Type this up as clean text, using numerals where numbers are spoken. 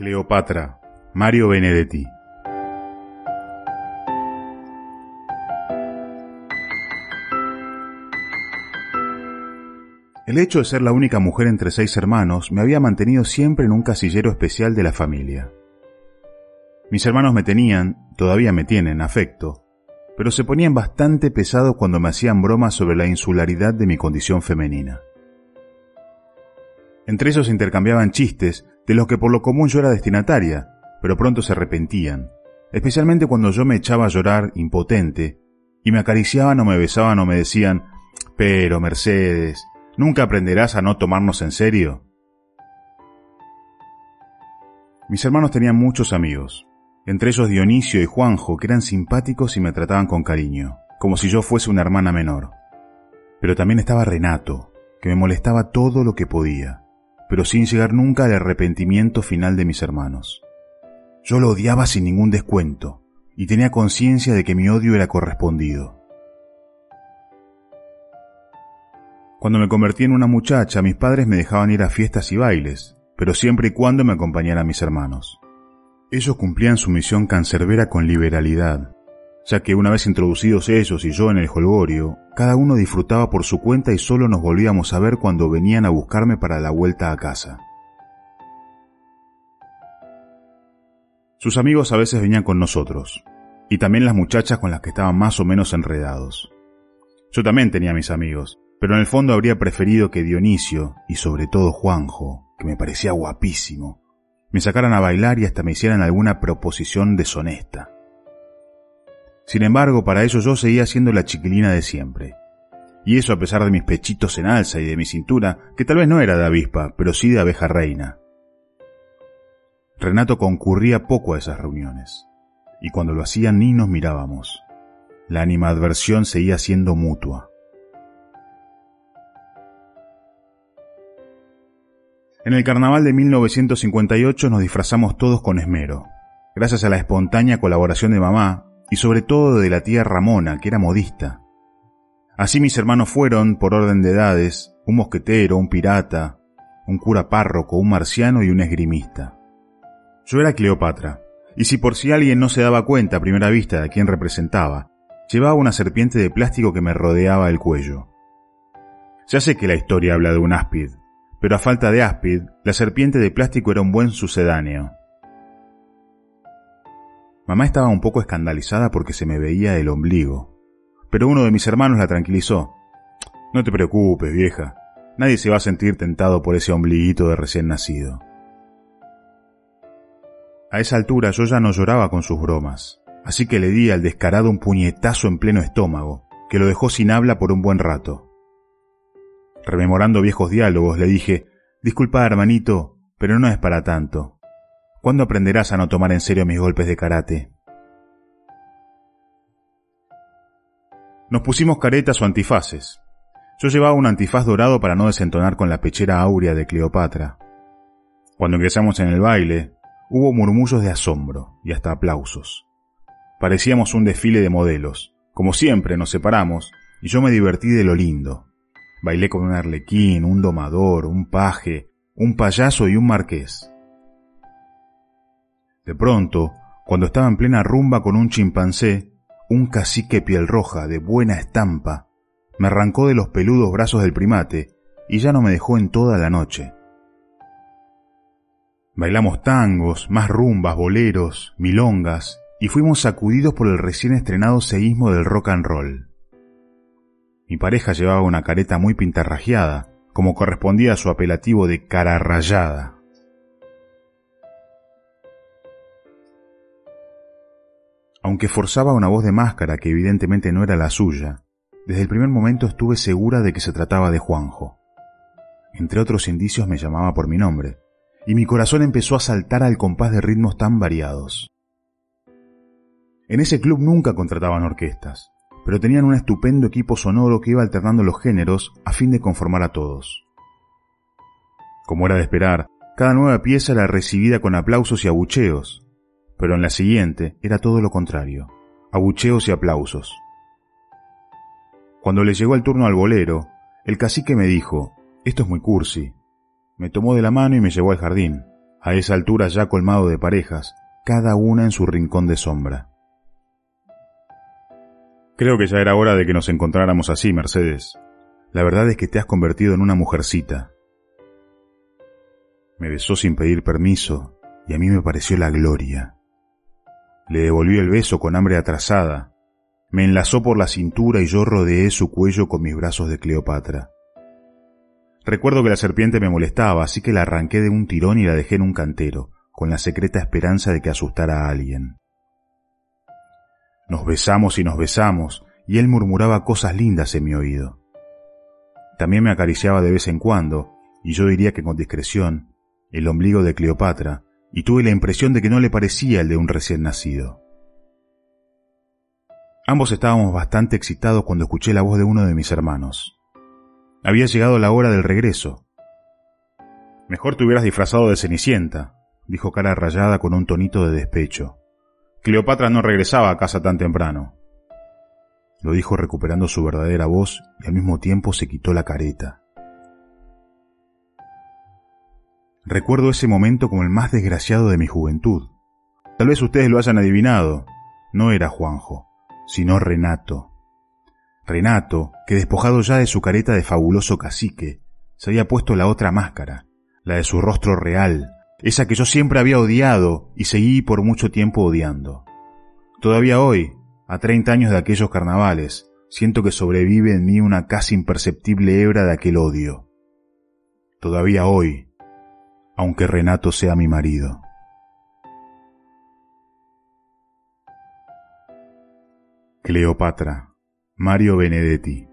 Cleopatra, Mario Benedetti. El hecho de ser la única mujer entre 6 hermanos me había mantenido siempre en un casillero especial de la familia. Mis hermanos me tenían, todavía me tienen, afecto, pero se ponían bastante pesados cuando me hacían bromas sobre la insularidad de mi condición femenina. Entre ellos intercambiaban chistes de los que por lo común yo era destinataria, pero pronto se arrepentían, especialmente cuando yo me echaba a llorar impotente y me acariciaban o me besaban o me decían: «Pero, Mercedes, ¿nunca aprenderás a no tomarnos en serio?». Mis hermanos tenían muchos amigos, entre ellos Dionisio y Juanjo, que eran simpáticos y me trataban con cariño, como si yo fuese una hermana menor. Pero también estaba Renato, que me molestaba todo lo que podía, pero sin llegar nunca al arrepentimiento final de mis hermanos. Yo lo odiaba sin ningún descuento, y tenía conciencia de que mi odio era correspondido. Cuando me convertí en una muchacha, mis padres me dejaban ir a fiestas y bailes, pero siempre y cuando me acompañaran mis hermanos. Ellos cumplían su misión cancerbera con liberalidad, ya que una vez introducidos ellos y yo en el jolgorio, cada uno disfrutaba por su cuenta y solo nos volvíamos a ver cuando venían a buscarme para la vuelta a casa. Sus amigos a veces venían con nosotros, y también las muchachas con las que estaban más o menos enredados. Yo también tenía mis amigos, pero en el fondo habría preferido que Dionisio, y sobre todo Juanjo, que me parecía guapísimo, me sacaran a bailar y hasta me hicieran alguna proposición deshonesta. Sin embargo, para ello yo seguía siendo la chiquilina de siempre. Y eso a pesar de mis pechitos en alza y de mi cintura, que tal vez no era de avispa, pero sí de abeja reina. Renato concurría poco a esas reuniones, y cuando lo hacían ni nos mirábamos. La animadversión seguía siendo mutua. En el carnaval de 1958 nos disfrazamos todos con esmero, gracias a la espontánea colaboración de mamá y sobre todo de la tía Ramona, que era modista. Así mis hermanos fueron, por orden de edades, un mosquetero, un pirata, un cura párroco, un marciano y un esgrimista. Yo era Cleopatra, y si por si alguien no se daba cuenta a primera vista de a quién representaba, llevaba una serpiente de plástico que me rodeaba el cuello. Ya sé que la historia habla de un áspid, pero a falta de áspid, la serpiente de plástico era un buen sucedáneo. Mamá estaba un poco escandalizada porque se me veía el ombligo, pero uno de mis hermanos la tranquilizó. «No te preocupes, vieja, nadie se va a sentir tentado por ese ombliguito de recién nacido». A esa altura yo ya no lloraba con sus bromas, así que le di al descarado un puñetazo en pleno estómago, que lo dejó sin habla por un buen rato. Rememorando viejos diálogos, le dije: «Disculpa, hermanito, pero no es para tanto. ¿Cuándo aprenderás a no tomar en serio mis golpes de karate?». Nos pusimos caretas o antifaces. Yo llevaba un antifaz dorado para no desentonar con la pechera áurea de Cleopatra. Cuando ingresamos en el baile, hubo murmullos de asombro y hasta aplausos. Parecíamos un desfile de modelos. Como siempre nos separamos y yo me divertí de lo lindo. Bailé con un arlequín, un domador, un paje, un payaso y un marqués. De pronto, cuando estaba en plena rumba con un chimpancé, un cacique piel roja de buena estampa me arrancó de los peludos brazos del primate y ya no me dejó en toda la noche. Bailamos tangos, más rumbas, boleros, milongas y fuimos sacudidos por el recién estrenado seísmo del rock and roll. Mi pareja llevaba una careta muy pintarrajeada, como correspondía a su apelativo de cara rayada. Aunque forzaba una voz de máscara que evidentemente no era la suya, desde el primer momento estuve segura de que se trataba de Juanjo. Entre otros indicios me llamaba por mi nombre, y mi corazón empezó a saltar al compás de ritmos tan variados. En ese club nunca contrataban orquestas, pero tenían un estupendo equipo sonoro que iba alternando los géneros a fin de conformar a todos. Como era de esperar, cada nueva pieza era recibida con aplausos y abucheos, pero en la siguiente era todo lo contrario, abucheos y aplausos. Cuando le llegó el turno al bolero, el cacique me dijo: «Esto es muy cursi». Me tomó de la mano y me llevó al jardín, a esa altura ya colmado de parejas, cada una en su rincón de sombra. Creo que ya era hora de que nos encontráramos así, Mercedes. La verdad es que te has convertido en una mujercita. Me besó sin pedir permiso y a mí me pareció la gloria. Le devolví el beso con hambre atrasada. Me enlazó por la cintura y yo rodeé su cuello con mis brazos de Cleopatra. Recuerdo que la serpiente me molestaba, así que la arranqué de un tirón y la dejé en un cantero, con la secreta esperanza de que asustara a alguien. Nos besamos y él murmuraba cosas lindas en mi oído. También me acariciaba de vez en cuando, y yo diría que con discreción, el ombligo de Cleopatra, y tuve la impresión de que no le parecía el de un recién nacido. Ambos estábamos bastante excitados cuando escuché la voz de uno de mis hermanos. Había llegado la hora del regreso. Mejor te hubieras disfrazado de Cenicienta, dijo Cara Rayada con un tonito de despecho. Cleopatra no regresaba a casa tan temprano. Lo dijo recuperando su verdadera voz y al mismo tiempo se quitó la careta. Recuerdo ese momento como el más desgraciado de mi juventud. Tal vez ustedes lo hayan adivinado. No era Juanjo, sino Renato. Renato, que despojado ya de su careta de fabuloso cacique, se había puesto la otra máscara, la de su rostro real, esa que yo siempre había odiado y seguí por mucho tiempo odiando. Todavía hoy, a 30 años de aquellos carnavales, siento que sobrevive en mí una casi imperceptible hebra de aquel odio. Todavía hoy, aunque Renato sea mi marido. Cleopatra, Mario Benedetti.